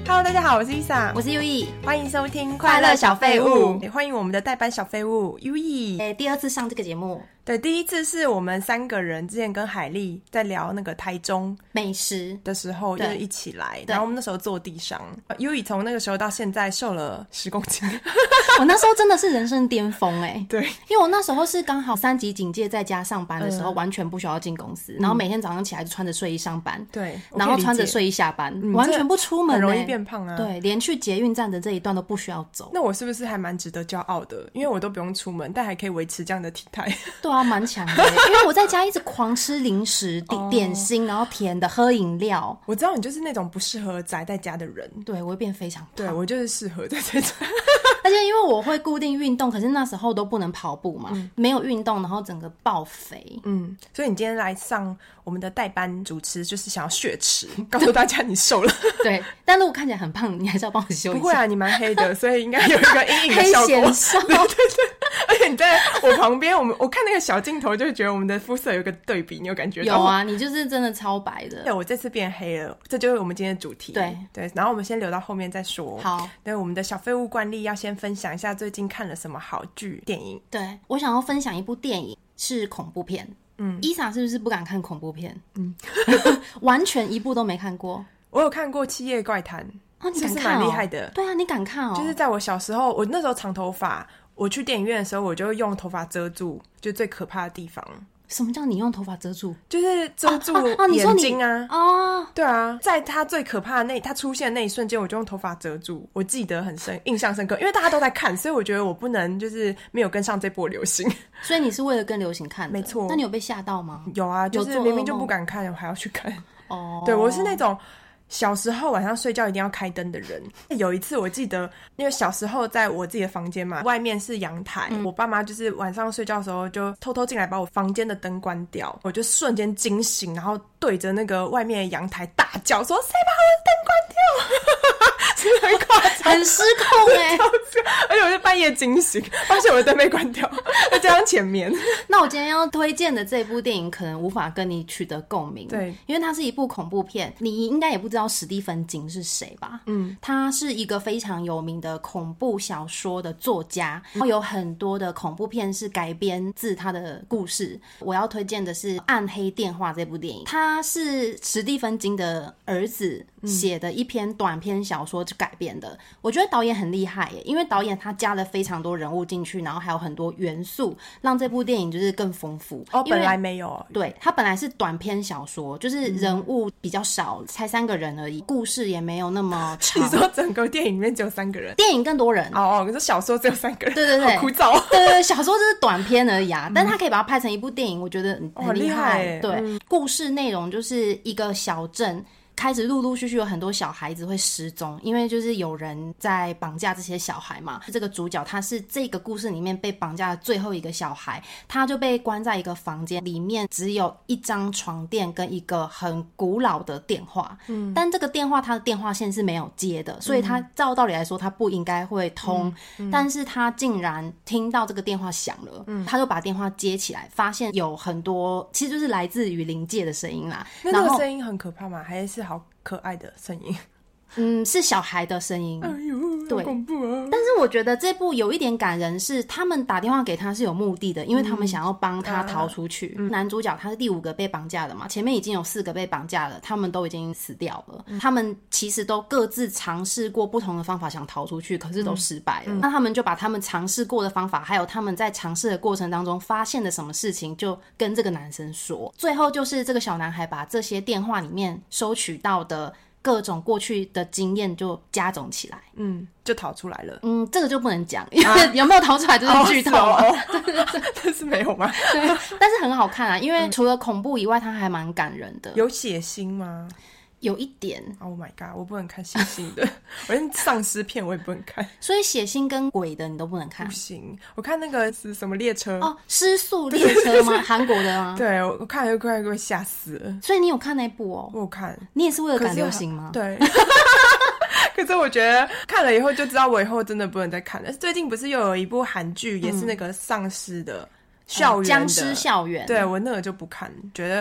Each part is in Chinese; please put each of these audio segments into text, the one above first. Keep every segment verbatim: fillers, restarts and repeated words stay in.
Hello， 大家好，我是 Isa， 我是 U E， 欢迎收听快乐小废物， 欢迎我们的代班小废物 U E。 欸，第二次上这个节目。 对，第一次是我们三个人之前跟海丽在聊那个台中美食的时候，就是一起来，然后我们那时候坐地上 ，U E 从那个时候到现在瘦了十公斤， 我那时候真的是人生巅峰哎、欸， 对， 因为我那时候是刚好三级警戒在家上班的时候， 嗯、 完全不需要进公司，然后每天早上起来就穿着睡衣上班， 对， 然后穿着睡衣下班，嗯、完全不出门、欸， 很容易变胖啊， 对，连去捷运站的这一段都不需要走。 那我是不是还蛮值得骄傲的？因为我都不用出门，但还可以维持这样的体态。 对啊，蛮强的、欸。因为我在家一直狂吃零食、点点心，然后甜的，喝饮料。 我知道你就是那种不适合宅在家的人。 对，我会变非常胖。 对，我就是适合在这种。 而且因为我会固定运动，可是那时候都不能跑步嘛，嗯、没有运动，然后整个爆肥。 嗯，所以你今天来上我们的代班主持，就是想要血池，告诉大家你瘦了。 对，但如果看起来很胖，你还是要帮我修一下。 不会啊，你蛮黑的，所以应该有一个阴影的效果。 黑显瘦。 对对对，而且你在我旁边，我们我看那个小镜头，就会觉得我们的肤色有一个对比，你有感觉到？ 有啊，你就是真的超白的。 对，我这次变黑了，这就是我们今天的主题。 对对，然后我们先留到后面再说。 好， 对，我们的小废物惯例要先分享一下最近看了什么好剧、电影。 对，我想要分享一部电影，是恐怖片。嗯，伊莎是不是不敢看恐怖片？嗯，完全一部都没看过。 我有看过《七夜怪谈》。 哦，你敢看哦？ 是蛮厉害的。 对啊，你敢看哦？ 就是在我小时候，我那时候长头发，我去电影院的时候，我就用头发遮住，就最可怕的地方。 什么叫你用头发遮住？ 就是遮住眼睛啊！ 哦， 对啊，在他最可怕的那他出现的那一瞬间，我就用头发遮住。我记得很深，印象深刻，因为大家都在看，所以我觉得我不能就是没有跟上这波流行。 所以你是为了跟流行看的？ 没错。 那你有被吓到吗？ 有啊，就是明明就不敢看，我还要去看。 哦， 对，我是那种。小时候晚上睡觉一定要开灯的人。有一次我记得，因为小时候在我自己的房间嘛，外面是阳台、嗯、我爸妈就是晚上睡觉的时候就偷偷进来把我房间的灯关掉，我就瞬间惊醒，然后对着那个外面的阳台大叫说谁把我的灯关掉是很夸张， 很失控耶、欸、 而且我是半夜惊醒发现我的灯被关掉再加上前面。 那我今天要推荐的这部电影可能无法跟你取得共鸣， 对， 因为它是一部恐怖片，你应该也不知道史蒂芬金是谁吧？嗯，他是一个非常有名的恐怖小说的作家，然后有很多的恐怖片是改编自他的故事。我要推荐的是《暗黑电话》这部电影，它是史蒂芬金的儿子写的一篇短篇小说改编的。我觉得导演很厉害耶，因为导演他加了非常多人物进去，然后还有很多元素，让这部电影就是更丰富。 哦，本来没有。 对，它本来是短篇小说，就是人物比较少，才三个人而已，故事也没有那么长。 你说整个电影里面只有三个人？ 电影更多人。 哦哦，你说小说只有三个人？ 对对对， 好枯燥。 对对对，小说就是短篇而已啊，嗯、但是他可以把它拍成一部电影，我觉得很厉害。 哦、 对、 嗯， 故事内容就是一个小镇。开始陆陆续续有很多小孩子会失踪，因为就是有人在绑架这些小孩嘛。这个主角他是这个故事里面被绑架的最后一个小孩，他就被关在一个房间里面，只有一张床垫跟一个很古老的电话。嗯，但这个电话他的电话线是没有接的，所以他照道理来说他不应该会通、嗯嗯、但是他竟然听到这个电话响了、嗯、他就把电话接起来，发现有很多其实就是来自于灵界的声音啦。 那那个声音很可怕吗？还是好可爱的声音？ 嗯，是小孩的声音。 哎呦，对，好恐怖啊！ 但是我觉得这部有一点感人，是他们打电话给他是有目的的，因为他们想要帮他逃出去。嗯、男主角他是第五个被绑架的嘛，前面已经有四个被绑架了，他们都已经死掉了。嗯、他们其实都各自尝试过不同的方法想逃出去，可是都失败了。嗯、那他们就把他们尝试过的方法，还有他们在尝试的过程当中发现的什么事情，就跟这个男生说。最后就是这个小男孩把这些电话里面收取到的各种过去的经验就加总起来， 嗯，就逃出来了。 嗯，这个就不能讲，因为有没有逃出来就是剧透了。 哦哦、对对对，这是没有吗？ 对，但是很好看啊，因为除了恐怖以外，它还蛮感人的。 有血腥吗？ 有一点。 Oh my god， 我不能看血腥的我连丧尸片我也不能看， 所以血腥跟鬼的你都不能看？ 不行，我看那个是什么列车哦，失速列车吗？韩国的吗？ 对，我看了就快被吓死了。 所以你有看那部哦？ 我有看。 你也是为了赶流行吗？ 对可是我觉得看了以后就知道我以后真的不能再看了。最近不是又有一部韩剧也是那个丧尸的、嗯、校园的、 僵尸校园， 对，我那个就不看，觉得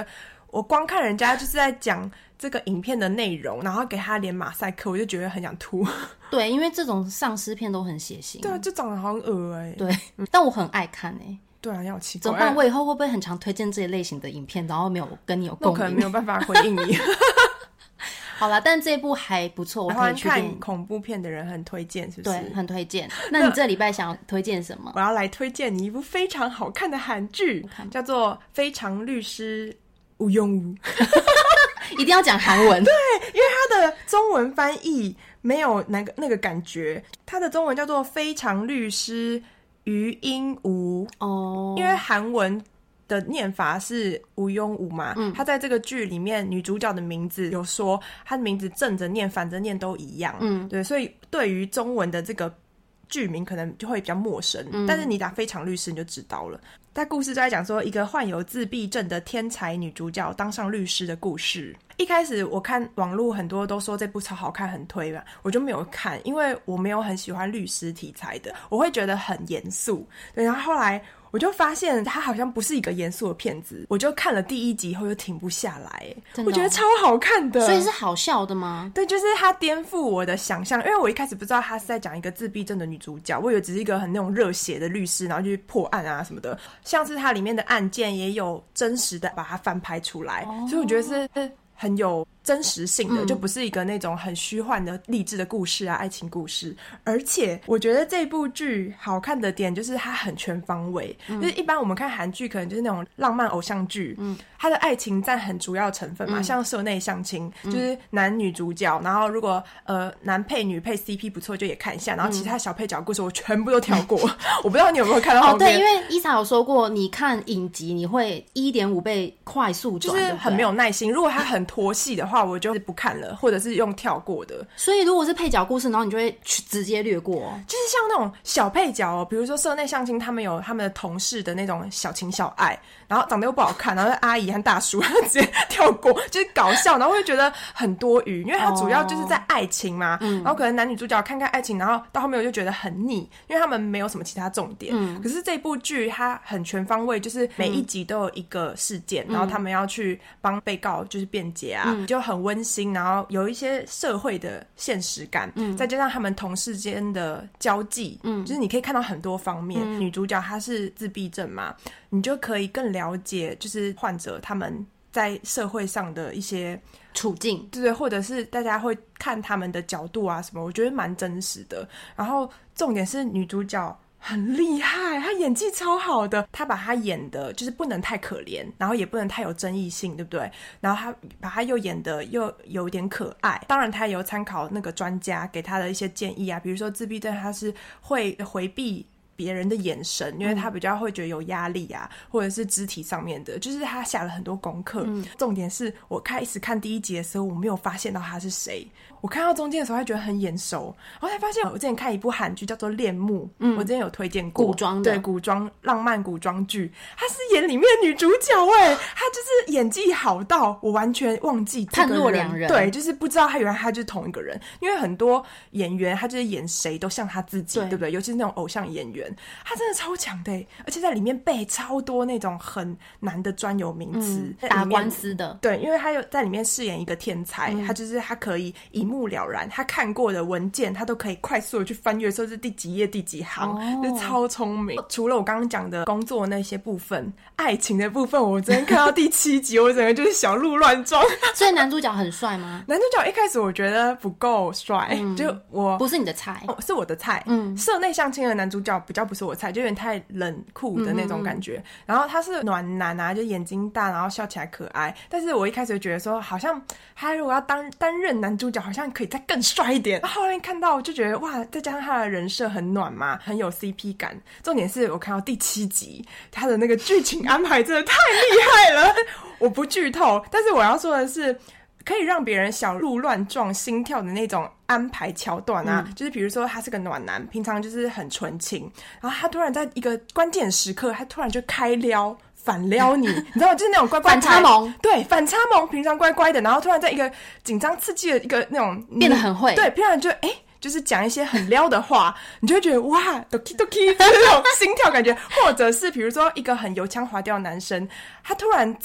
我光看人家就是在讲这个影片的内容，然后给他连马赛克，我就觉得很想吐。 对，因为这种丧尸片都很血腥。 对啊，就长得好恶哎、欸。 对、嗯，但我很爱看哎、欸。 对啊，要奇怪。 怎么办？我以后会不会很常推荐这一类型的影片，然后没有跟你有共鸣？ 那我可能没有办法回应你。 好啦，但这一部还不错，我可以去看恐怖片的人很推荐，是不是？ 对，很推荐。那你这礼拜想要推荐什么？ 我要来推荐你一部非常好看的韩剧，叫做《非常律师吴庸武》。 一定要讲韩文。 对，因为它的中文翻译没有那个那个感觉，它的中文叫做《非常律师于英武》哦，因为韩文的念法是吴庸武嘛，嗯，他在这个剧里面女主角的名字有说，她的名字正着念反着念都一样，嗯，对，所以对于中文的这个剧名可能就会比较陌生，嗯，但是你打非常律师你就知道了。他故事就在讲说一个患有自闭症的天才女主角当上律师的故事。一开始我看网络很多都说这部超好看很推吧，我就没有看，因为我没有很喜欢律师题材的，我会觉得很严肃。对，然后后来我就发现它好像不是一个严肃的片子，我就看了第一集以后就停不下来，真的哦，我觉得超好看的。 所以是好笑的吗？ 对，就是它颠覆我的想象，因为我一开始不知道它是在讲一个自闭症的女主角，我以为只是一个很那种热血的律师，然后去破案啊什么的，像是它里面的案件也有真实的把它翻拍出来，哦，所以我觉得是很有真实性的，嗯，就不是一个那种很虚幻的励志的故事啊，爱情故事。而且我觉得这部剧好看的点就是它很全方位，嗯，就是一般我们看韩剧可能就是那种浪漫偶像剧，嗯，它的爱情占很主要成分嘛，嗯，像社内相亲，嗯，就是男女主角，然后如果呃男配女配 C P 不错就也看一下，然后其他小配角故事我全部都跳过，嗯，我不知道你有没有看到后面。 哦，对，因为伊莎有说过，你看影集你会 一点五 倍快速转， 就是很没有耐心。如果它很拖戏的话，我就是不看了，或者是用跳过的。 所以如果是配角故事，然后你就会直接略过， 就是像那种小配角哦，比如说社内相亲，他们有他们的同事的那种小情小爱，然后长得又不好看，然后阿姨和大叔直接跳过，就是搞笑，然后会觉得很多余，因为它主要就是在爱情嘛，哦，然后可能男女主角看看爱情，然后到后面我就觉得很腻，因为他们没有什么其他重点。嗯，可是这部剧它很全方位，就是每一集都有一个事件，嗯，然后他们要去帮被告就是辩解啊，嗯，就很温馨，然后有一些社会的现实感，嗯，再加上他们同事间的交际，嗯，就是你可以看到很多方面。嗯，女主角她是自闭症嘛，你就可以更了解就是患者他们在社会上的一些处境， 对对，或者是大家会看他们的角度啊什么，我觉得蛮真实的。然后重点是女主角很厉害，她演技超好的，她把她演的就是不能太可怜，然后也不能太有争议性，对不对？然后她把她又演的又有点可爱，当然她也有参考那个专家给她的一些建议啊，比如说自闭症她是会回避别人的眼神，因为他比较会觉得有压力啊，或者是肢体上面的，就是他下了很多功课。嗯，重点是我开始看第一集的时候，我没有发现到他是谁。我看到中间的时候还觉得很眼熟，然后才发现我之前看一部韩剧叫做《恋慕》，嗯，我之前有推荐过， 古装的， 对，古装浪漫古装剧，她是演里面的女主角哎，她就是演技好到我完全忘记这个人， 判若两人， 对，就是不知道她原来她就是同一个人，因为很多演员她就是演谁都像她自己， 对, 对不对？尤其是那种偶像演员，她真的超强的，而且在里面背超多那种很难的专有名词， 嗯，打官司的， 对，因为她有在里面饰演一个天才，她，嗯，就是她可以一目了然，她看过的文件她都可以快速的去翻阅，说是第几页第几行，哦，就是超聪明。除了我刚刚讲的工作那些部分，爱情的部分我昨天看到第七集我整个就是小鹿乱撞。 所以男主角很帅吗？ 男主角一开始我觉得不够帅，嗯，就我不是你的菜， 哦，是我的菜。嗯，社内相亲的男主角比较不是我菜，就有点太冷酷的那种感觉，嗯嗯嗯，然后他是暖男啊，就眼睛大，然后笑起来可爱，但是我一开始就觉得说好像他如果要当担任男主角好像可以再更帅一点，后来看到就觉得哇，再加上他的人设很暖嘛，很有 C P 感，重点是我看到第七集他的那个剧情安排真的太厉害了。我不剧透，但是我要说的是可以让别人小鹿乱撞心跳的那种安排桥段啊，嗯，就是比如说他是个暖男，平常就是很纯情，然后他突然在一个关键时刻他突然就开撩反撩你，你知道吗？就是那种乖乖反差萌， 对，反差萌，平常乖乖的，然后突然在一个紧张刺激的一个那种变得很会， 对，突然就哎。欸就是讲一些很撩的话，你就会觉得哇 doki doki 就是那种心跳感觉，或者是比如说一个很油腔滑调的男生，他突然在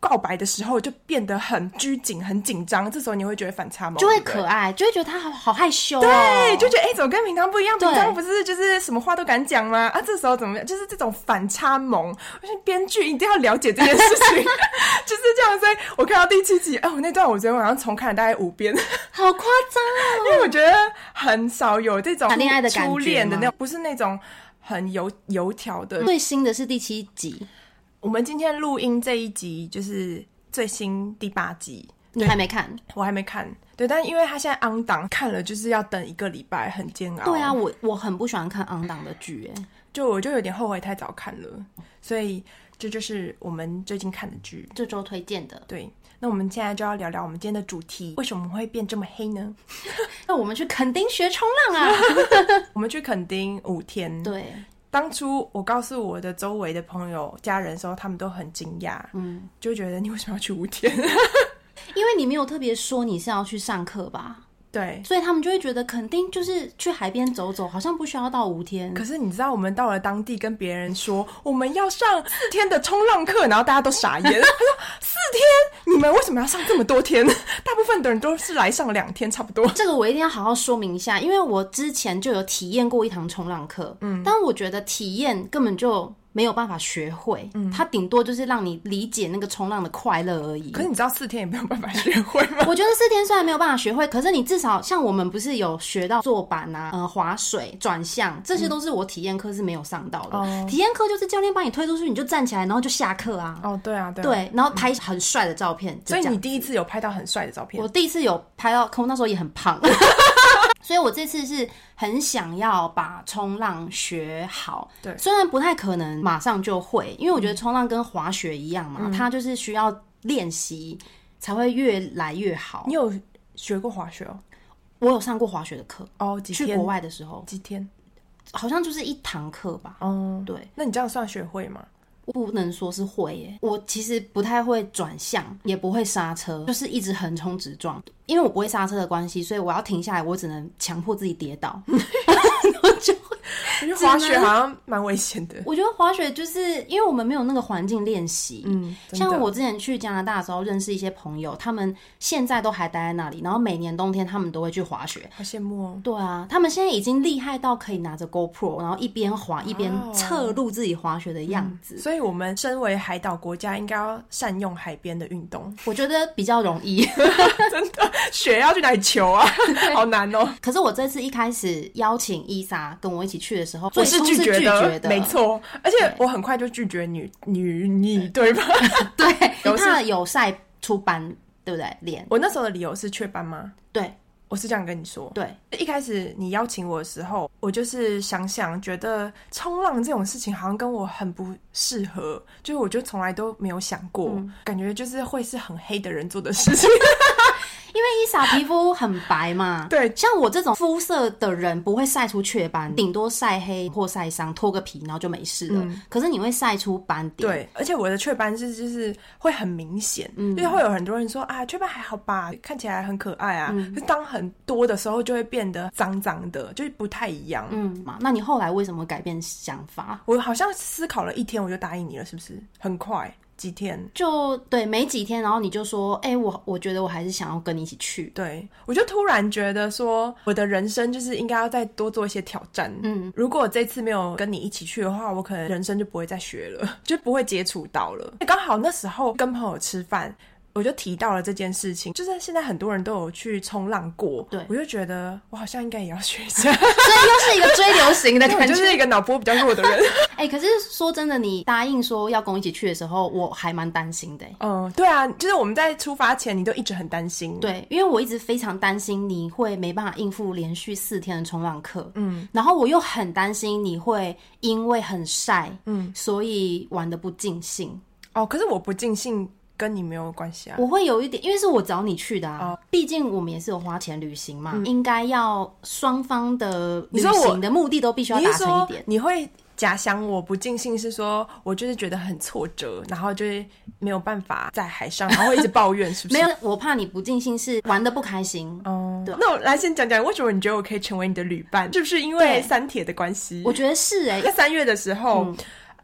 告白的时候就变得很拘谨很紧张，这时候你会觉得反差萌， 就会可爱，就会觉得他好好害羞哦， 对，就觉得哎、欸，怎么跟平常不一样？ 对平常不是就是什么话都敢讲吗？啊，这时候怎么样？就是这种反差萌，我觉得编剧一定要了解这件事情，就是这样。所以我看到第七集，哎、我那段我昨天晚上重看了大概五遍， 好夸张哦！ 因为我觉得很少有这种谈恋爱的感觉初恋的那种，不是那种很油油条的。 最新的是第七集， 我们今天录音这一集就是最新第八集， 你还没看？ 我还没看。对，但因为他现在 on 档，看了就是要等一个礼拜，很煎熬。 对啊，我我很不喜欢看 on 档的剧，哎， 就我就有点后悔太早看了，所以这就是我们最近看的剧， 这周推荐的。 对，那我们现在就要聊聊我们今天的主题，为什么会变这么黑呢？ 那我们去垦丁学冲浪啊！ 我们去垦丁五天， 对。 当初我告诉我的周围的朋友、家人的时候，他们都很惊讶，嗯，就觉得你为什么要去五天？ 因为你没有特别说你是要去上课吧？ 对， 所以他们就会觉得肯定就是去海边走走，好像不需要到五天。 可是你知道，我们到了当地跟别人说我们要上四天的冲浪课，然后大家都傻眼。他说四天，你们为什么要上这么多天？大部分的人都是来上两天，差不多。 这个我一定要好好说明一下，因为我之前就有体验过一堂冲浪课，嗯，但我觉得体验根本就没有办法学会，嗯，它顶多就是让你理解那个冲浪的快乐而已。 可是你知道四天也没有办法学会吗？ 我觉得四天虽然没有办法学会，可是你至少像我们不是有学到坐板啊、呃划水、转向，这些都是我体验课是没有上到的。嗯、体验课就是教练把你推出去，你就站起来，然后就下课啊。 哦，对啊，对啊， 对，然后拍很帅的照片、嗯。 所以你第一次有拍到很帅的照片？ 我第一次有拍到，可我那时候也很胖。所以我这次是很想要把冲浪学好，对，虽然不太可能马上就会，因为我觉得冲浪跟滑雪一样嘛，嗯、它就是需要练习才会越来越好。 你有学过滑雪哦？ 我有上过滑雪的课哦，几天？ 去国外的时候几天？ 好像就是一堂课吧。哦，对， 那你这样算学会吗？ 不能说是会耶，我其实不太会转向，也不会刹车，就是一直横冲直撞。因为我不会刹车的关系，所以我要停下来，我只能强迫自己跌倒。我就我觉得滑雪好像蛮危险的。 我觉得滑雪就是因为我们没有那个环境练习，嗯，像我之前去加拿大的时候认识一些朋友，他们现在都还待在那里，然后每年冬天他们都会去滑雪， 好羡慕哦。 对啊，他们现在已经厉害到可以拿着 GoPro， 然后一边滑一边侧录自己滑雪的样子。 哦嗯、所以我们身为海岛国家，应该要善用海边的运动。 我觉得比较容易， 真的，雪要去哪里求啊？好难哦。 可是我这次一开始邀请伊莎跟我一起去的时候， 我是拒绝 的, 拒绝的， 没错。而且我很快就拒绝女女你，对吧？ 对，你怕有晒出斑，对不对？脸。 我那时候的理由是雀斑吗？ 对。 我是这样跟你说， 对， 一开始你邀请我的时候，我就是想想，觉得冲浪这种事情好像跟我很不适合，就是我就从来都没有想过，嗯、感觉就是会是很黑的人做的事情。 因为伊莎皮肤很白嘛， 对， 像我这种肤色的人不会晒出雀斑，顶多晒黑或晒伤，脱个皮然后就没事了。嗯、可是你会晒出斑点， 对，而且我的雀斑是就是会很明显，嗯，就是会有很多人说啊，雀斑还好吧，看起来很可爱啊，嗯、可是当很多的时候就会变得脏脏的，就是不太一样。 嗯嘛，那你后来为什么改变想法？ 我好像思考了一天，我就答应你了，是不是？很快。几天就对，没几天，然后你就说，哎、欸，我我觉得我还是想要跟你一起去。 对，我就突然觉得说，我的人生就是应该要再多做一些挑战。嗯，如果我这次没有跟你一起去的话，我可能人生就不会再学了，就不会接触到了。刚好那时候跟朋友吃饭，我就提到了这件事情，就是现在很多人都有去冲浪过，对，我就觉得我好像应该也要学一下， 所以又是一个追流行的感觉， 就是一个脑波比较弱的人。 哎、欸，可是说真的，你答应说要跟我一起去的时候，我还蛮担心的、欸。 嗯，对啊，就是我们在出发前，你都一直很担心。 对，因为我一直非常担心你会没办法应付连续四天的冲浪课，嗯，然后我又很担心你会因为很晒，嗯，所以玩得不尽兴。 哦，可是我不尽兴。跟你没有关系啊， 我会有一点，因为是我找你去的啊，毕、oh. 竟我们也是有花钱旅行嘛，嗯、应该要双方的旅行的目的都必须要达成一点。 你会假想我不尽兴是说我就是觉得很挫折，然后就是没有办法在海上，然后会一直抱怨，是不是？ 没有，我怕你不尽兴是玩得不开心。哦、 oh. ，那我来先讲讲为什么你觉得我可以成为你的旅伴，是不是因为三铁的关系？ 我觉得是哎、欸， 在三月的时候。嗯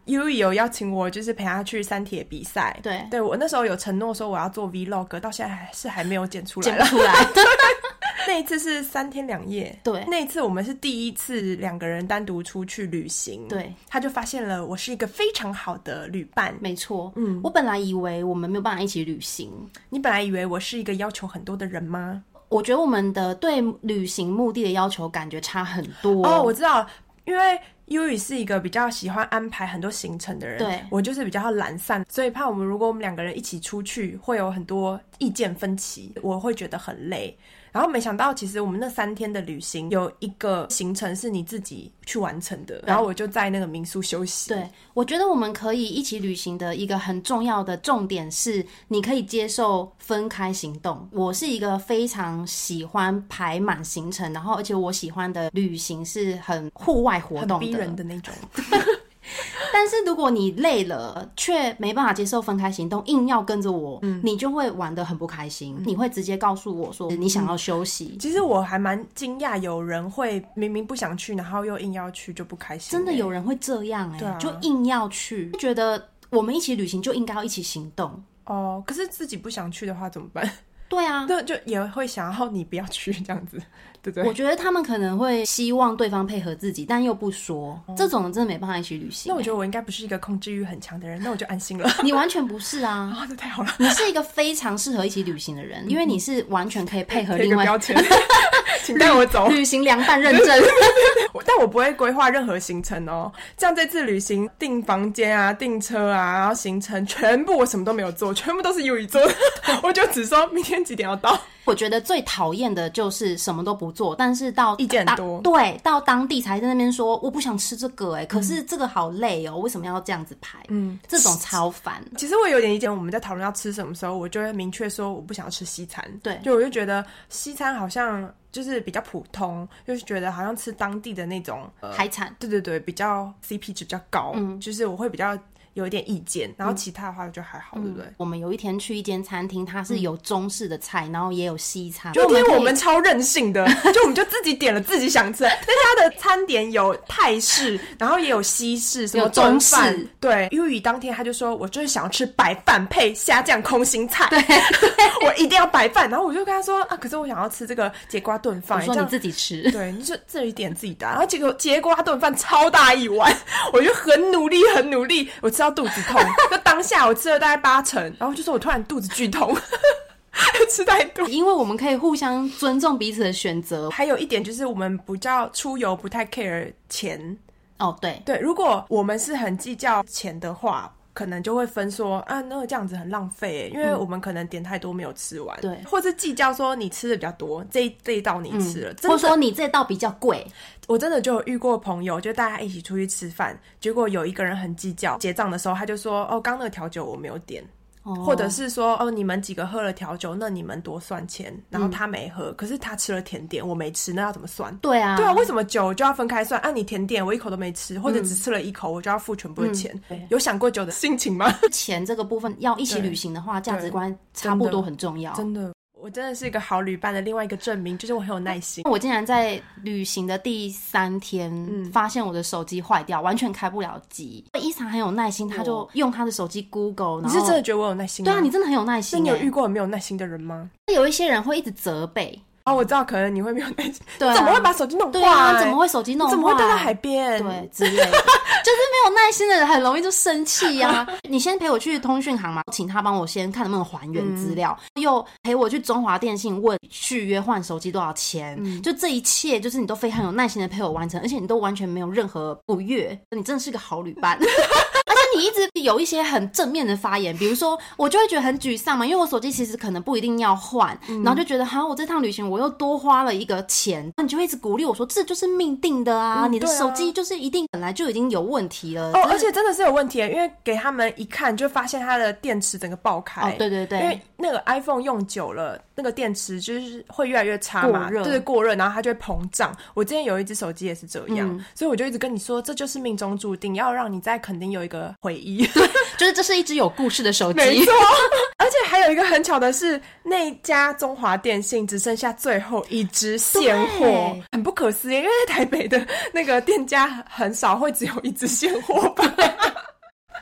U 有邀请我，就是陪他去三铁比赛。 对， 对我那时候有承诺说我要做 Vlog， 到现在还是还没有剪出来， 剪不出来。 那一次是三天两夜， 对， 那一次我们是第一次两个人单独出去旅行， 对， 他就发现了我是一个非常好的旅伴。 没错，嗯，我本来以为我们没有办法一起旅行， 你本来以为我是一个要求很多的人吗？ 我觉得我们的对旅行目的的要求感觉差很多。 哦，我知道，因为优宇是一个比较喜欢安排很多行程的人， 对， 我就是比较懒散，所以怕我们如果我们两个人一起出去会有很多意见分歧，我会觉得很累。然后没想到其实我们那三天的旅行有一个行程是你自己去完成的，然后我就在那个民宿休息。 对，我觉得我们可以一起旅行的一个很重要的重点是你可以接受分开行动。我是一个非常喜欢排满行程，然后而且我喜欢的旅行是很户外活动的， 很逼人的那种。 但是如果你累了却没办法接受分开行动，硬要跟着我、嗯、你就会玩得很不开心、嗯、你会直接告诉我说你想要休息、 嗯、其实我还蛮惊讶有人会明明不想去然后又硬要去就不开心、欸、 真的有人会这样、欸啊、 就硬要去，觉得我们一起旅行就应该要一起行动哦。可是自己不想去的话怎么办？ 对啊， 对，就也会想要你不要去这样子，对不对？ 我觉得他们可能会希望对方配合自己，但又不说，哦、这种真的没办法一起旅行、欸。 那我觉得我应该不是一个控制欲很强的人，那我就安心了。 你完全不是啊！ 啊、哦，这太好了！ 你是一个非常适合一起旅行的人，因为你是完全可以配合另外。 标签，请带我走。 旅行良伴认证。 但我不会规划任何行程哦。像这次旅行订房间啊、订车啊，然后行程全部我什么都没有做，全部都是优宇做的。我就只说明天几点要到。 我觉得最讨厌的就是什么都不做，但是到意见很多， 对，到当地才在那边说我不想吃这个哎、欸，可是这个好累哦，为什么要这样子排？嗯，这种超烦。 其实我有点意见，我们在讨论要吃什么时候，我就会明确说我不想要吃西餐。 对， 就我就觉得西餐好像就是比较普通，就是觉得好像吃当地的那种、呃、 海产， 对对对，比较 C P 值比较高，嗯，就是我会比较有一点意见，然后其他的话就还好、嗯、对不对？ 我们有一天去一间餐厅，它是有中式的菜、嗯、然后也有西餐， 就因为我们超任性的就我们就自己点了自己想吃的那家的餐点有泰式然后也有西式什么中式，对，因为当天他就说我就是想要吃白饭配虾酱空心菜，对我一定要白饭，然后我就跟他说啊，可是我想要吃这个节瓜炖饭， 我说你自己吃， 对，你就自己点自己的、啊、然后结果节瓜炖饭超大一碗，我就很努力很努力，我吃到肚子痛就当下我吃了大概八成，然后就说我突然肚子剧痛吃太多， 因为我们可以互相尊重彼此的选择。 还有一点就是我们比较出游不太 care 钱哦，对对，如果我们是很计较钱的话，可能就会分说啊，那个这样子很浪费耶，因为我们可能点太多没有吃完，对、嗯，或是计较说你吃的比较多，这一这一道你吃了， 嗯、或者说你这道比较贵。 我真的就有遇过朋友，就大家一起出去吃饭，结果有一个人很计较，结账的时候他就说哦，刚那个调酒我没有点。哦、或者是说哦，你们几个喝了调酒，那你们多算钱，然后他没喝、嗯、可是他吃了甜点我没吃，那要怎么算？ 对啊对啊，为什么酒就要分开算啊？你甜点我一口都没吃，或者只吃了一口、嗯、我就要付全部的钱、嗯、有想过酒的心情吗？ 钱这个部分要一起旅行的话，价值观差不多很重要， 真的，我真的是一个好旅伴的另外一个证明，就是我很有耐心。 我竟然在旅行的第三天、嗯、发现我的手机坏掉，完全开不了机。伊莎很有耐心，他就用他的手机 Google， 然后你是真的觉得我有耐心吗？ 对啊，你真的很有耐心、欸。 那你有遇过很没有耐心的人吗？ 有一些人会一直责备。 哦，我知道，可能你会没有耐心。 对、啊， 怎么会把手机弄坏？ 对啊，怎么会手机弄坏？ 怎么会带到海边？ 对，之类的，就是没有耐心的人很容易就生气呀、啊。你先陪我去通讯行嘛，请他帮我先看能不能还原资料、嗯，又陪我去中华电信问续约换手机多少钱、嗯，就这一切就是你都非常有耐心的陪我完成，而且你都完全没有任何不悦，你真的是个好旅伴。而且你一直有一些很正面的发言，比如说我就会觉得很沮丧嘛，因为我手机其实可能不一定要换、嗯，然后就觉得哈，我这趟旅行我又多花了一个钱，你就会一直鼓励我说这就是命定的啊、嗯、你的手机就是一定本来就已经有问题了哦，而且真的是有问题，因为给他们一看就发现它的电池整个爆开。 哦，对对对， 因为那个 iPhone 用久了，那个电池就是会越来越差嘛，过热，对，过热，然后它就会膨胀。我之前有一只手机也是这样、嗯，所以我就一直跟你说，这就是命中注定，要让你在垦丁有一个回忆。 对，就是这是一只有故事的手机， 没错。而且还有一个很巧的是，那家中华电信只剩下最后一只现货，很不可思议，因为在台北的那个店家很少会只有一只现货吧。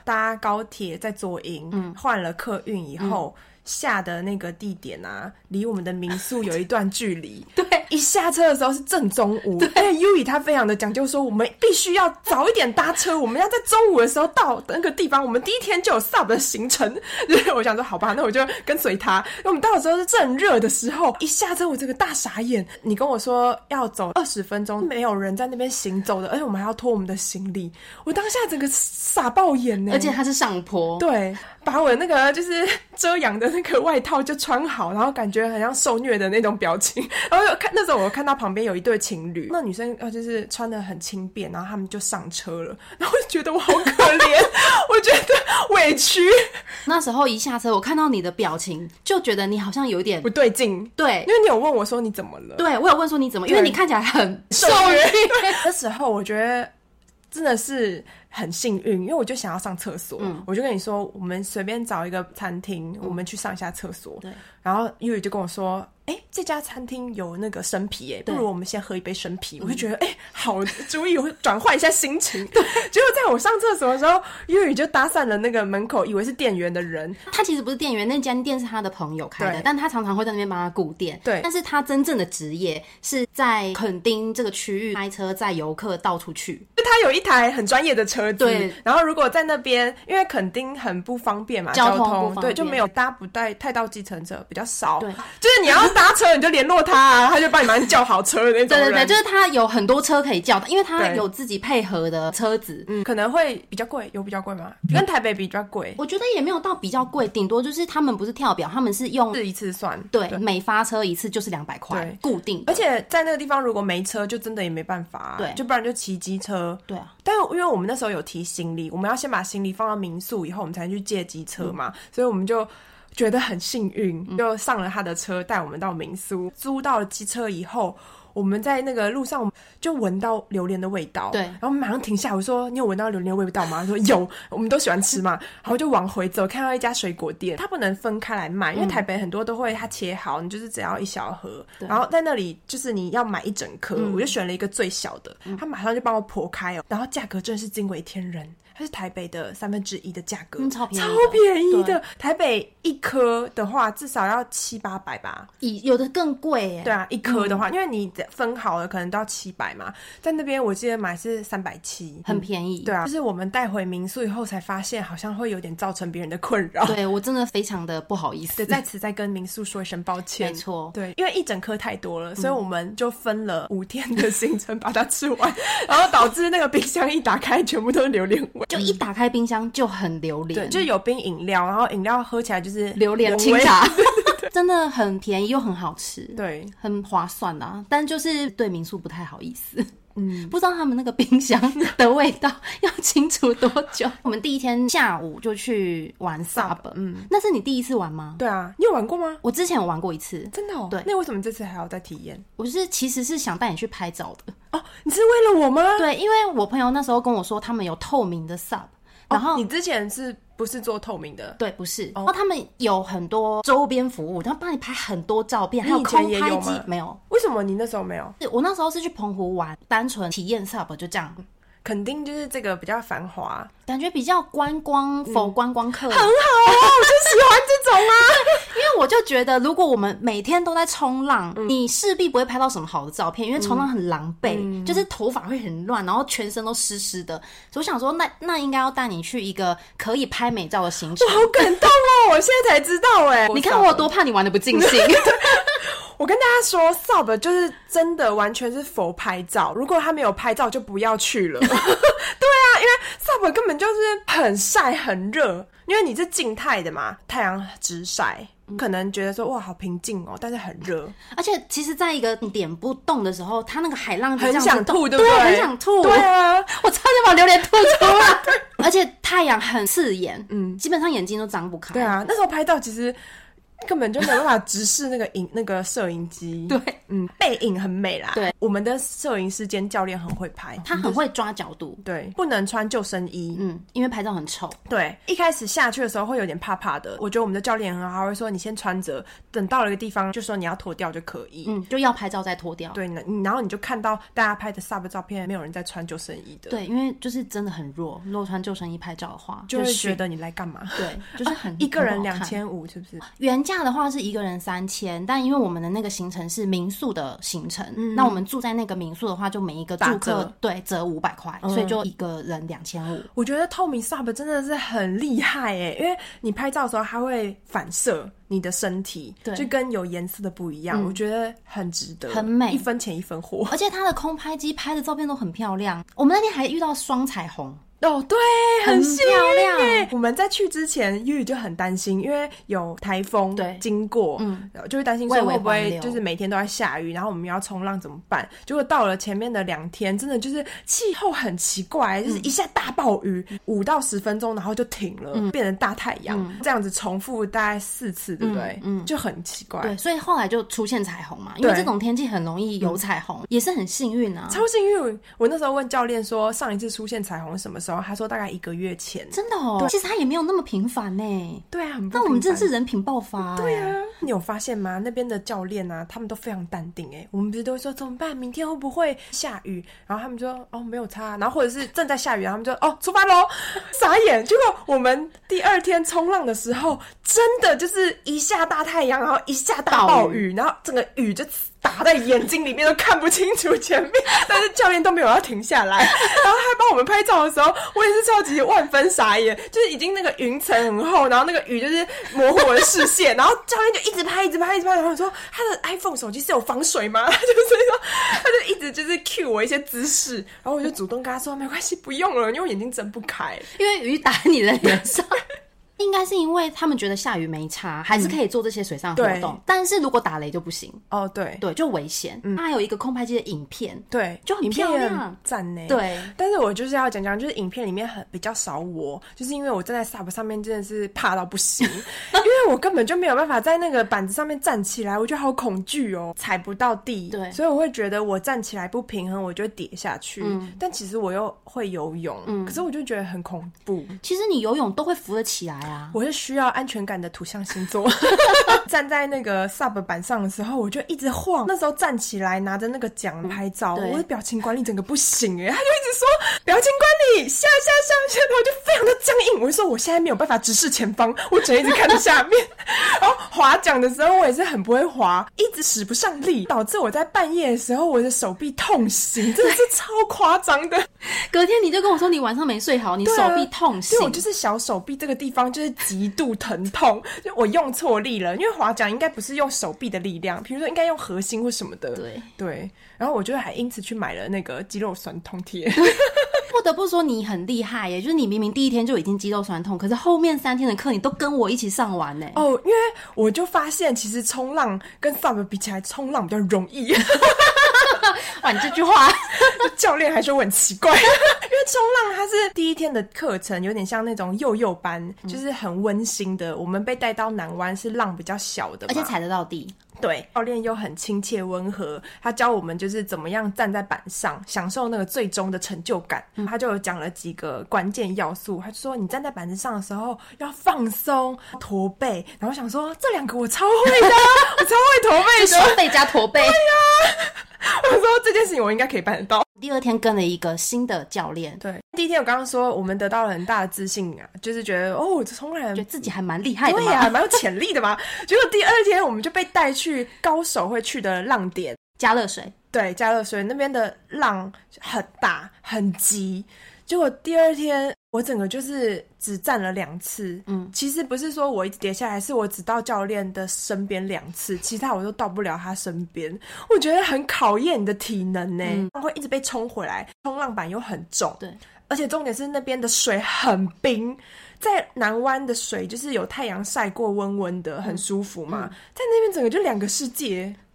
搭高铁在左营换、嗯、了客运以后、嗯下的那个地点啊，离我们的民宿有一段距离。 对， 一下车的时候是正中午。而且 Yui 他非常的讲究，说我们必须要早一点搭车，我们要在中午的时候到那个地方。我们第一天就有 sub 的行程，就是我想说，好吧，那我就跟随他。因为我们到的时候是正热的时候，一下车我这个大傻眼。你跟我说要走二十分钟，没有人在那边行走的，而且我们还要拖我们的行李，我当下整个傻爆眼呢。 而且它是上坡， 对，把我那个就是遮阳的那个外套就穿好，然后感觉很像受虐的那种表情。然后看那时候我看到旁边有一对情侣，那女生呃就是穿得很轻便，然后他们就上车了，然后我就觉得我好可怜，我觉得委屈。 那时候一下车，我看到你的表情，就觉得你好像有点不对劲。 对， 因为你有问我说你怎么了？ 对，我有问说你怎么，因为你看起来很受虐。 那时候我觉得真的是很幸运，因为我就想要上厕所、嗯、我就跟你说我们随便找一个餐厅、嗯、我们去上一下厕所。对，然后 Yui 就跟我说哎、欸，这家餐厅有那个生啤耶，不如我们先喝一杯生啤。我就觉得哎、欸，好主意，我转换一下心情。对，结果在我上厕所的时候 Yui 就搭讪了那个门口以为是店员的人。 他其实不是店员，那间店是他的朋友开的，但他常常会在那边帮他顾店。 对， 但是他真正的职业是在垦丁这个区域开车载游客到处去。 他有一台很专业的车子， 对， 然后如果在那边，因为垦丁很不方便嘛， 交通交通不方便， 对，就没有搭不带太到计程车比较少。对，就是你要搭车你就联络他啊，他就帮你马上叫好车的那种人。 对对对，就是他有很多车可以叫，因为他有自己配合的车子。 嗯，可能会比较贵，有比较贵吗？跟台北比较贵？ 我觉得也没有到比较贵，顶多就是他们不是跳表，他们是用是一次算。 对，对每发车一次就是两百块，固定的。 而且在那个地方如果没车，就真的也没办法、啊。对，就不然就骑机车。 对啊， 但是因为我们那时候有提行李，我们要先把行李放到民宿以后，我们才能去借机车嘛、嗯，所以我们就觉得很幸运，就上了他的车，带我们到民宿。租到了机车以后，我们在那个路上就闻到榴莲的味道，对，然后马上停下，我说你有闻到榴莲的味道吗？他说有，我们都喜欢吃嘛，然后就往回走，看到一家水果店，它不能分开来卖，因为台北很多都会它切好，你就是只要一小盒，然后在那里就是你要买一整颗、嗯，我就选了一个最小的，他马上就帮我剖开哦，然后价格真的是惊为天人。它是台北的三分之一的价格、 嗯，超便宜， 超便宜的。台北一颗的话，至少要七八百吧， 有的更贵耶。 对啊，一颗的话、嗯，因为你分好了，可能都要七百嘛。在那边我记得买是三百七， 很便宜、嗯。 对啊，就是我们带回民宿以后才发现，好像会有点造成别人的困扰。 对我真的非常的不好意思， 对，在此再跟民宿说一声抱歉。 没错， 对，因为一整颗太多了，所以我们就分了五天的行程把它吃完，然后导致那个冰箱一打开，全部都是榴莲味， 就一打开冰箱。就很榴莲， 对，就是有冰饮料，然后饮料喝起来就是榴莲清茶，真的很便宜又很好吃， 对， 很划算啊。但就是对民宿不太好意思，嗯，不知道他们那个冰箱的味道要清除多久。我们第一天下午就去玩 sub， 嗯，那是你第一次玩吗？ 对啊，你有玩过吗？ 我之前有玩过一次， 真的哦。对，那为什么这次还要再体验？ 我是其实是想带你去拍照的。 哦，你是为了我吗？ 对，因为我朋友那时候跟我说他们有透明的 sub。然后、 哦、你之前是不是做透明的？ 对，不是。哦、然后他们有很多周边服务，然后帮你拍很多照片，还有空拍机。没有？ 为什么你那时候没有？ 我那时候是去澎湖玩，单纯体验 sub 就这样。 肯定就是这个比较繁华， 感觉比较观光，否观光客、 嗯、很好啊，我就喜欢这种啊。 因为我就觉得，如果我们每天都在冲浪、嗯，你势必不会拍到什么好的照片，因为冲浪很狼狈、嗯，就是头发会很乱，然后全身都湿湿的。所以我想说，那那应该要带你去一个可以拍美照的行程。 我好感动哦！我现在才知道哎， 你看我有多怕你玩得不尽兴。 我跟大家说 sub 就是真的完全是否拍照，如果他没有拍照就不要去了。对啊，因为 sub 根本就是很晒很热，因为你是静态的嘛，太阳直晒，可能觉得说哇好平静哦，但是很热。 而且其实在一个点不动的时候，它那个海浪就这样很想吐，对不对？ 对，很想吐。 对啊， 我差点把榴莲吐出来。而且太阳很刺眼，嗯，基本上眼睛都张不开。 对啊，那时候拍照其实根本就没有办法直视那个影那个摄影机。 对， 嗯，背影很美啦。 对， 我们的摄影师兼教练很会拍， 他很会抓角度。 对，不能穿救生衣。 嗯，因为拍照很丑。 对，一开始下去的时候会有点怕怕的。我觉得我们的教练很好，他会说你先穿着，等到了一个地方就说你要脱掉就可以。 嗯，就要拍照再脱掉。 对，然后你就看到大家拍的 sub 照片，没有人在穿救生衣的。 对，因为就是真的很弱，如果穿救生衣拍照的话， 就会觉得你来干嘛？ 对，就是很、啊、 一个人两千五，是不是？ 原价的话是一个人三千，但因为我们的那个行程是民宿的行程，嗯、那我们住在那个民宿的话，就每一个住客对折五百块，所以就一个人两千五。 我觉得透明 sub 真的是很厉害耶，因为你拍照的时候它会反射你的身体，对，就跟有颜色的不一样、嗯，我觉得很值得， 很美， 一分钱一分货。 而且它的空拍机拍的照片都很漂亮，我们那天还遇到双彩虹。 哦，对， 很漂亮。 我们在去之前，玉玉就很担心，因为有台风经过，嗯，就会担心说会不会就是每天都在下雨，然后我们要冲浪怎么办？结果到了前面的两天，真的就是气候很奇怪，就是一下大暴雨，五、嗯、到十分钟，然后就停了，嗯、变成大太阳、嗯，这样子重复大概四次，对不对？嗯，就很奇怪。 对，所以后来就出现彩虹嘛，因为这种天气很容易有彩虹，嗯、也是很幸运啊， 超幸运。我那时候问教练说，上一次出现彩虹是什么时候？他说大概一个月前。 真的哦，其实他也没有那么频繁呢。 对啊，很不频繁。 那我们真的是人品爆发。 对啊，你有发现吗？那边的教练啊，他们都非常淡定哎。我们不是都会说怎么办？明天会不会下雨？然后他们就说哦没有差，然后或者是正在下雨，然后他们就哦出发咯，傻眼。结果我们第二天冲浪的时候，真的就是一下大太阳，然后一下大暴雨，然后整个雨就打在眼睛里面都看不清楚前面，但是教练都没有要停下来，然后还帮我们拍照的时候，我也是超级万分傻眼，就是已经那个云层很厚，然后那个雨就是模糊我的视线，然后教练就一直拍一直拍一直拍，然后说他的 iPhone 手机是有防水吗？就是说他就一直就是 cue 我一些姿势，然后我就主动跟他说没关系不用了，因为我眼睛睁不开， 因为雨打你的脸上。应该是因为他们觉得下雨没差，还是可以做这些水上活动、嗯、但是如果打雷就不行哦，对对，就危险、嗯、它还有一个空拍机的影片， 对， 就很漂亮， 赞呢。 对， 但是我就是要讲讲，就是影片里面很比较少我，就是因为我站在 sub 上面真的是怕到不行因为我根本就没有办法在那个板子上面站起来，我觉得好恐惧哦，踩不到地，对，所以我会觉得我站起来不平衡，我就会跌下去、嗯、但其实我又会游泳、嗯、可是我就觉得很恐怖。 其实你游泳都会浮得起来啊， 我是需要安全感的土象星座站在那个 sub 板上的时候我就一直晃，那时候站起来拿着那个奖拍照、嗯、我的表情管理整个不行耶，他就一直说表情管理下下下下，然后我就非常的僵硬，我就说我现在没有办法直视前方，我只能一直看着下面然后滑桨的时候我也是很不会滑，一直使不上力，导致我在半夜的时候我的手臂痛醒，真的是超夸张的隔天你就跟我说你晚上没睡好，你手臂痛醒、 啊、对，我就是小手臂这个地方就是极度疼痛就我用错力了，因为滑桨应该不是用手臂的力量，比如说应该用核心或什么的，对对，然后我就还因此去买了那个肌肉酸痛贴不得不说你很厉害耶，就是你明明第一天就已经肌肉酸痛，可是后面三天的课你都跟我一起上完耶。 哦，因为我就发现其实冲浪跟 sub 比起来，冲浪比较容易哇，你这句话教练还说我很奇怪因为冲浪它是第一天的课程有点像那种幼幼班、嗯、就是很温馨的，我们被带到南湾是浪比较小的嘛， 而且踩得到地， 对，教练又很亲切温和，他教我们就是怎么样站在板上享受那个最终的成就感、嗯、他就有讲了几个关键要素，他就说你站在板子上的时候要放松驼背，然后我想说这两个我超会的我超会驼背的， 双背加驼背，对呀我说这件事情我应该可以办得到。 第二天跟了一个新的教练， 对，第一天我刚刚说我们得到了很大的自信啊，就是觉得哦这冲浪人觉得自己还蛮厉害的嘛， 对啊蛮有潜力的嘛结果第二天我们就被带去高手会去的浪点嘉乐水， 对，嘉乐水那边的浪很大很急，结果第二天我整个就是只站了两次，嗯，其实不是说我一直跌下来，是我只到教练的身边两次，其他我都到不了他身边，我觉得很考验你的体能呢、嗯，会一直被冲回来，冲浪板又很重，对，而且重点是那边的水很冰，在南湾的水就是有太阳晒过温温的很舒服嘛、嗯嗯、在那边整个就两个世界。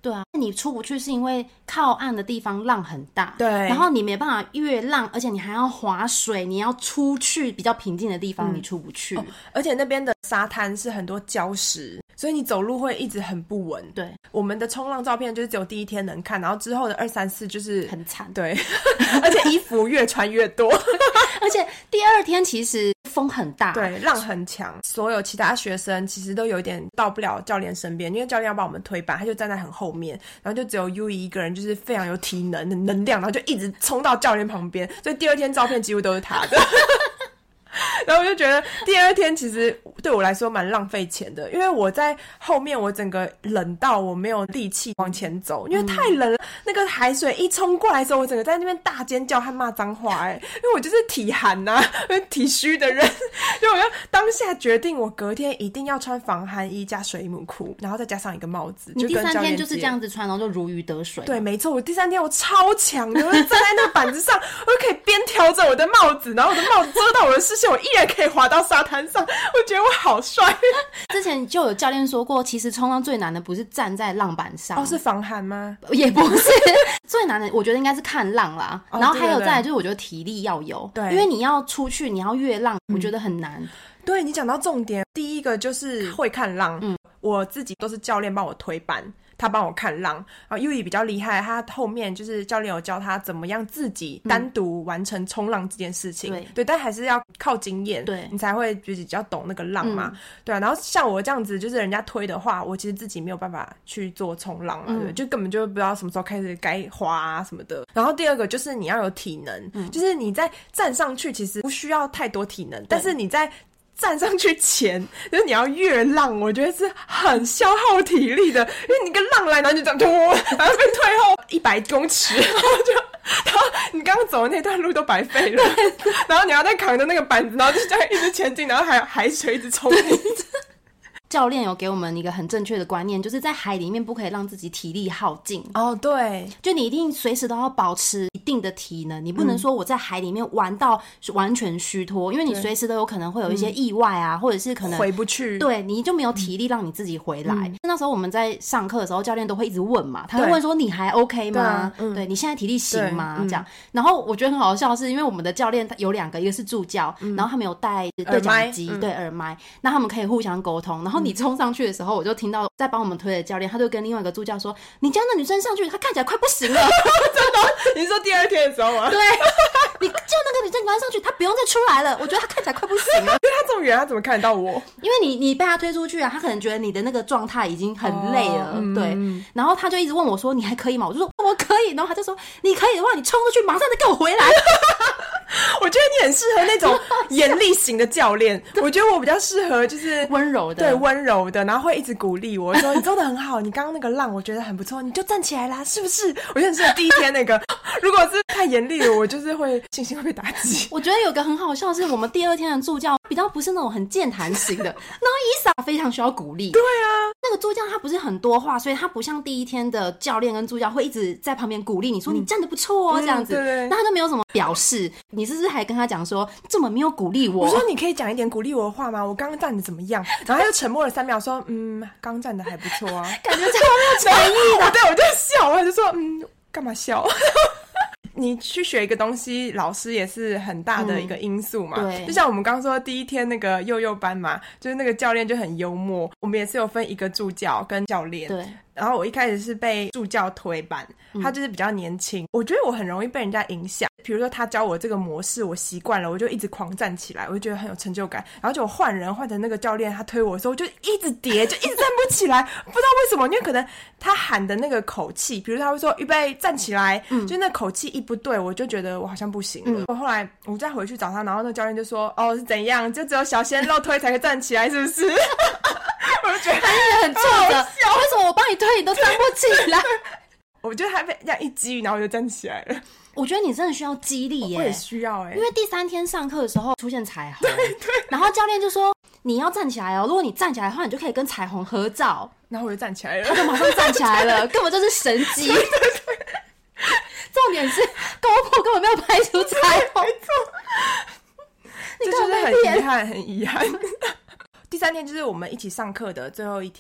对啊，你出不去是因为靠岸的地方浪很大， 对， 然后你没办法越浪，而且你还要划水，你要出去比较平静的地方、嗯、你出不去、哦、 而且那边的沙滩是很多礁石，所以你走路会一直很不稳。 对， 我们的冲浪照片就是只有第一天能看，然后之后的二三四就是很惨。 对，而且衣服越穿越多而且第二天其实风很大， 对，浪很强，所有其他学生其实都有一点到不了教练身边，因为教练要帮我们推板，他就站在很后面，然后就只有 U 一个人就是非常有体能的能量，然后就一直冲到教练旁边，所以第二天照片几乎都是他的然后我就觉得第二天其实对我来说蛮浪费钱的，因为我在后面我整个冷到我没有力气往前走，因为太冷了、嗯、那个海水一冲过来的时候，我整个在那边大尖叫和骂脏话哎、欸，因为我就是体寒啊体虚的人，所以我就当下决定我隔天一定要穿防寒衣加水母裤，然后再加上一个帽子。 你第三天就是这样子穿，然后就如鱼得水。 对，没错，我第三天我超强的，我就站在那个板子上我就可以边调整我的帽子，然后我的帽子遮到我的视线，我依然可以滑到沙滩上，我觉得我好帅之前就有教练说过，其实冲浪最难的不是站在浪板上。 哦，是防寒吗？ 也不是最难的我觉得应该是看浪啦、哦、然后还有再来就是我觉得体力要有，对，因为你要出去你要越浪、嗯、我觉得很难。 对，你讲到重点，第一个就是会看浪，嗯，我自己都是教练帮我推板，他帮我看浪，然后 Yui 比较厉害，他后面就是教练有教他怎么样自己单独完成冲浪这件事情、嗯、对, 对，但还是要靠经验，对，你才会比较懂那个浪嘛、嗯、对啊。然后像我这样子就是人家推的话，我其实自己没有办法去做冲浪嘛、嗯、对，就根本就不知道什么时候开始该滑啊什么的。然后第二个就是你要有体能、嗯、就是你在站上去其实不需要太多体能，但是你在站上去前就是你要越浪，我觉得是很消耗体力的，因为你跟浪来然后就这样拖，然后被退后一百公尺，然后就然后你刚刚走的那段路都白费了，然后你要再扛着那个板子，然后就这样一直前进，然后还有海水一直冲你教练有给我们一个很正确的观念，就是在海里面不可以让自己体力耗尽。 哦，对， 就你一定随时都要保持一定的体能，你不能说我在海里面玩到完全虚脱、嗯、因为你随时都有可能会有一些意外啊、嗯、或者是可能回不去，对， 你就没有体力让你自己回来、嗯、那时候我们在上课的时候教练都会一直问嘛，他会问说你还 OK 吗？ 对,、嗯、对，你现在体力行吗？这样、嗯、然后我觉得很好笑是因为我们的教练有两个，一个是助教、嗯、然后他们有带对讲机、嗯、对耳麦，那他们可以互相沟通，然后你冲上去的时候我就听到在帮我们推的教练他就跟另外一个助教说，你叫那女生上去她看起来快不行了真的？你说第二天的时候吗？ 对，你叫那个女生赶快上去，她不用再出来了，我觉得她看起来快不行了因为她这么远她怎么看得到我？ 因为你你被她推出去啊，她可能觉得你的那个状态已经很累了、哦嗯、对，然后她就一直问我说你还可以吗？我就说我可以，然后她就说你可以的话你冲出去马上再给我回来我觉得你很适合那种严厉型的教练我觉得我比较适合就是温柔的， 对，温柔的，然后会一直鼓励我说你做得很好，你刚刚那个浪我觉得很不错，你就站起来啦，是不是？我觉得很适合第一天那个如果是太严厉了我就是会信心会被打击。 我觉得有个很好笑的是我们第二天的助教比较不是那种很健谈型的然后伊莎非常需要鼓励， 对啊， 那个助教他不是很多话，所以他不像第一天的教练跟助教会一直在旁边鼓励你说、嗯、你站得不错哦、嗯、这样子，对，那他就没有什么表示。你是不是还跟他讲说这么没有鼓励我？ 我说你可以讲一点鼓励我的话吗？我刚刚站得怎么样？然后他就沉默了三秒说嗯，刚站得还不错啊感觉超没有诚意的对，我就笑，我就说嗯，干嘛笑你去学一个东西老师也是很大的一个因素嘛、嗯、对，就像我们刚说第一天那个幼幼班嘛，就是那个教练就很幽默，我们也是有分一个助教跟教练，对，然后我一开始是被助教推板，他就是比较年轻、嗯、我觉得我很容易被人家影响，比如说他教我这个模式我习惯了，我就一直狂站起来，我就觉得很有成就感，然后就我换人换成那个教练他推我的时候我就一直跌，就一直站不起来不知道为什么，因为可能他喊的那个口气，比如他会说预备站起来、嗯、就那口气一不对我就觉得我好像不行了、嗯、后来我再回去找他，然后那教练就说哦是怎样，就只有小鲜肉推才可以站起来是不是我就觉得他也很挫折，为什么我帮你推你都站不起来我觉得他被这样一激然后我就站起来了。 我觉得你真的需要激励耶， 我也需要耶， 因为第三天上课的时候出现彩虹， 对对， 然后教练就说你要站起来哦，如果你站起来的话你就可以跟彩虹合照， 然后我就站起来了， 他就马上站起来了根本就是神机对对对，重点是高破根本没有拍出彩虹没错这就是很遗憾很遗憾第三天就是我们一起上课的最后一天，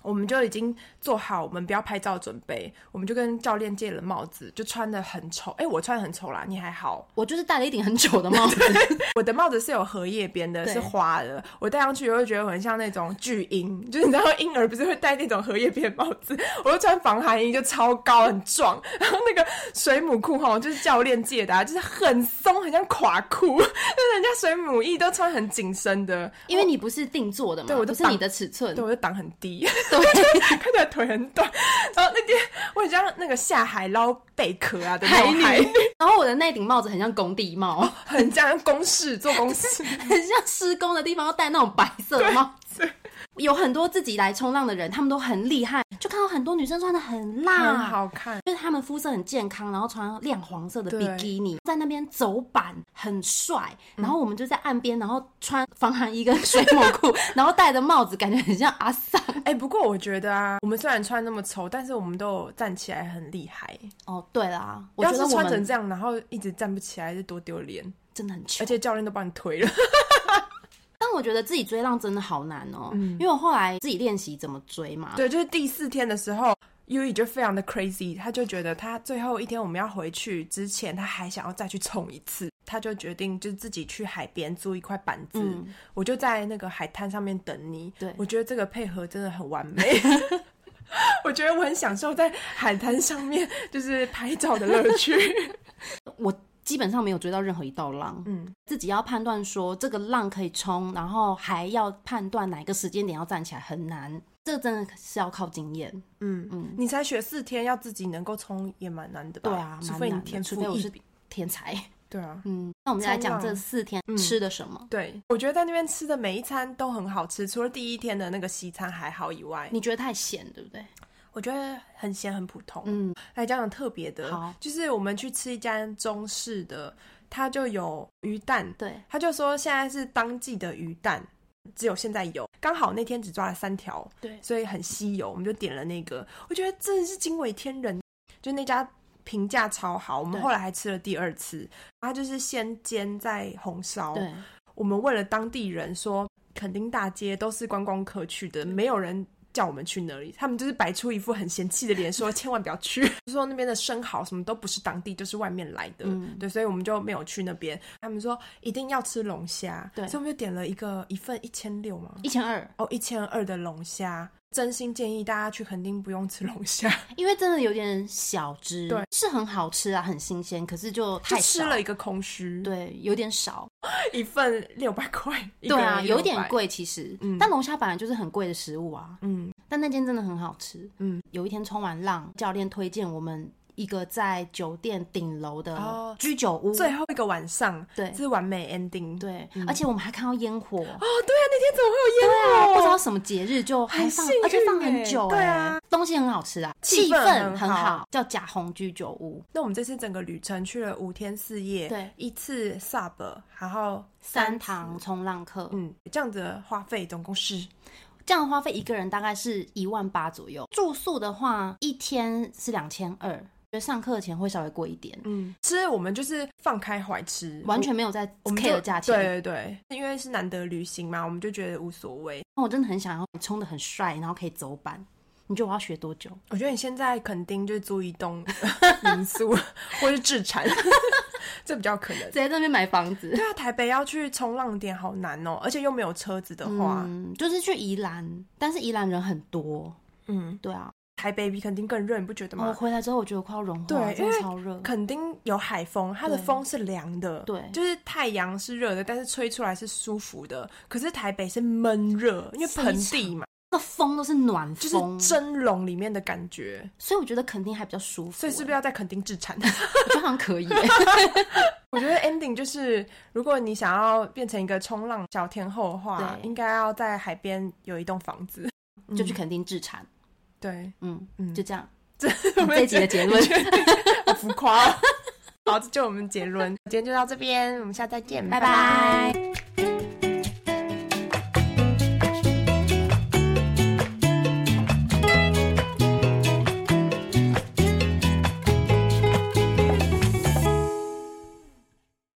我们就已经做好我们不要拍照准备，我们就跟教练借了帽子，就穿得很丑。哎、欸，我穿得很丑啦，你还好？ 我就是戴了一顶很丑的帽子。 我的帽子是有荷叶边的，是花的。我戴上去我会觉得我很像那种巨婴，就是你知道婴儿不是会戴那种荷叶边帽子？我就穿防寒衣，就超高很壮，然后那个水母裤哈，就是教练借的、啊，就是很松，很像垮裤，就是人家水母衣都穿很紧身的。 因为你不是定做的嘛， 对，我不是你的尺寸， 对，我就挡很低，对，看起来腿很短。然后那天我很像那个下海捞贝壳啊的那种海女， 然后我的那顶帽子很像工地帽， 哦、很像公事做公事， 很像施工的地方要戴那种白色的帽子。有很多自己来冲浪的人，他们都很厉害，就看到很多女生穿的很辣， 很好看， 就是他们肤色很健康，然后穿亮黄色的比基尼，在那边走板很帅。然后我们就在岸边，然后穿防寒衣跟水母裤，然后戴着帽子，感觉很像阿桑。 哎、欸，不过我觉得啊，我们虽然穿那么丑，但是我们都有站起来很厉害。 哦，对啦，我觉得要是穿成这样，然后一直站不起来，是多丢脸， 真的很糗， 而且教练都帮你推了。 但我觉得自己追浪真的好难哦、喔嗯，因为我后来自己练习怎么追嘛。 对，就是第四天的时候 Yui 就非常的 crazy， 他就觉得他最后一天我们要回去之前，他还想要再去冲一次，他就决定就自己去海边租一块板子、嗯，我就在那个海滩上面等你。 对， 我觉得这个配合真的很完美。我觉得我很享受在海滩上面就是拍照的乐趣。 我基本上没有追到任何一道浪，嗯，自己要判断说这个浪可以冲，然后还要判断哪个时间点要站起来很难，这真的是要靠经验。嗯嗯，你才学四天，要自己能够冲也蛮难的吧？ 对啊， 除非你天赋异禀， 除非我是天才。 对啊， 嗯，那我们来讲这四天吃的什么、嗯？ 对，我觉得在那边吃的每一餐都很好吃，除了第一天的那个西餐还好以外。 你觉得太咸，对不对？ 我觉得很咸很普通。嗯，来讲讲特别的，好，就是我们去吃一家中式的，它就有鱼蛋， 对， 他就说现在是当季的鱼蛋，只有现在有，刚好那天只抓了三条， 对， 所以很稀有，我们就点了那个，我觉得真的是惊为天人，就那家评价超好，我们后来还吃了第二次，它就是先煎再红烧， 对， 我们问了当地人说，垦丁大街都是观光客去的，没有人叫我们去那里，他们就是摆出一副很嫌弃的脸，说千万不要去，说那边的生蚝什么都不是当地，就是外面来的、嗯、对，所以我们就没有去那边。他们说一定要吃龙虾，对，所以我们就点了一个一份一千六嘛， 一千二哦，一千二的龙虾。真心建议大家去垦丁不用吃龙虾， 因为真的有点小只，对，是很好吃啊，很新鲜，可是就太少， 就吃了一个空虚， 对，有点少， 一份六百块， 对啊，有点贵其实、嗯，但龙虾本来就是很贵的食物啊，嗯，但那间真的很好吃，嗯，有一天冲完浪，教练推荐我们一个在酒店顶楼的居酒屋、哦， 最后一个晚上， 对， 是完美 ending， 对、嗯，而且我们还看到烟火，哦，对啊，那天怎么会有烟火？ 啊、不知道什么节日就还放，而且放很久、欸，对啊，东西很好吃啊，气氛很好，叫甲红居酒屋。 那我们这次整个旅程去了五天四夜， 对， 一次 sub， 然后三堂冲浪课， 嗯，这样子的花费总共是。 这样的花费一个人大概是一万八左右，住宿的话一天是两千二，觉得上课前会稍微贵一点。 嗯，吃我们就是放开怀吃， 完全没有在 care 价钱。 对对对，因为是难得旅行嘛，我们就觉得无所谓。 我真的很想要你冲得很帅，然后可以走板。你觉得我要学多久？ 我觉得你现在肯定就是租一栋民宿或是置产这比较可能， 直接在那边买房子。 对啊，台北要去冲浪点好难哦，而且又没有车子的话， 嗯，就是去宜兰，但是宜兰人很多，嗯，对啊， 台北比垦丁更热，你不觉得吗？ 我回来之后我觉得快要融化，对，真的超热。 垦丁有海风，它的风是凉的，对，就是太阳是热的，但是吹出来是舒服的。可是台北是闷热，因为盆地嘛。 那个风都是暖风， 就是蒸笼里面的感觉， 所以我觉得垦丁还比较舒服。 所以是不是要在垦丁置产？ 我觉得好像可以耶。 我觉得 ending 就是，如果你想要变成一个冲浪小天后的话，应该要在海边有一栋房子， 就去垦丁置产。 对， 嗯嗯，就这样。 这这一集的结论好浮夸哦。好，这就我们结论。今天就到这边，我们下次再见， 拜拜。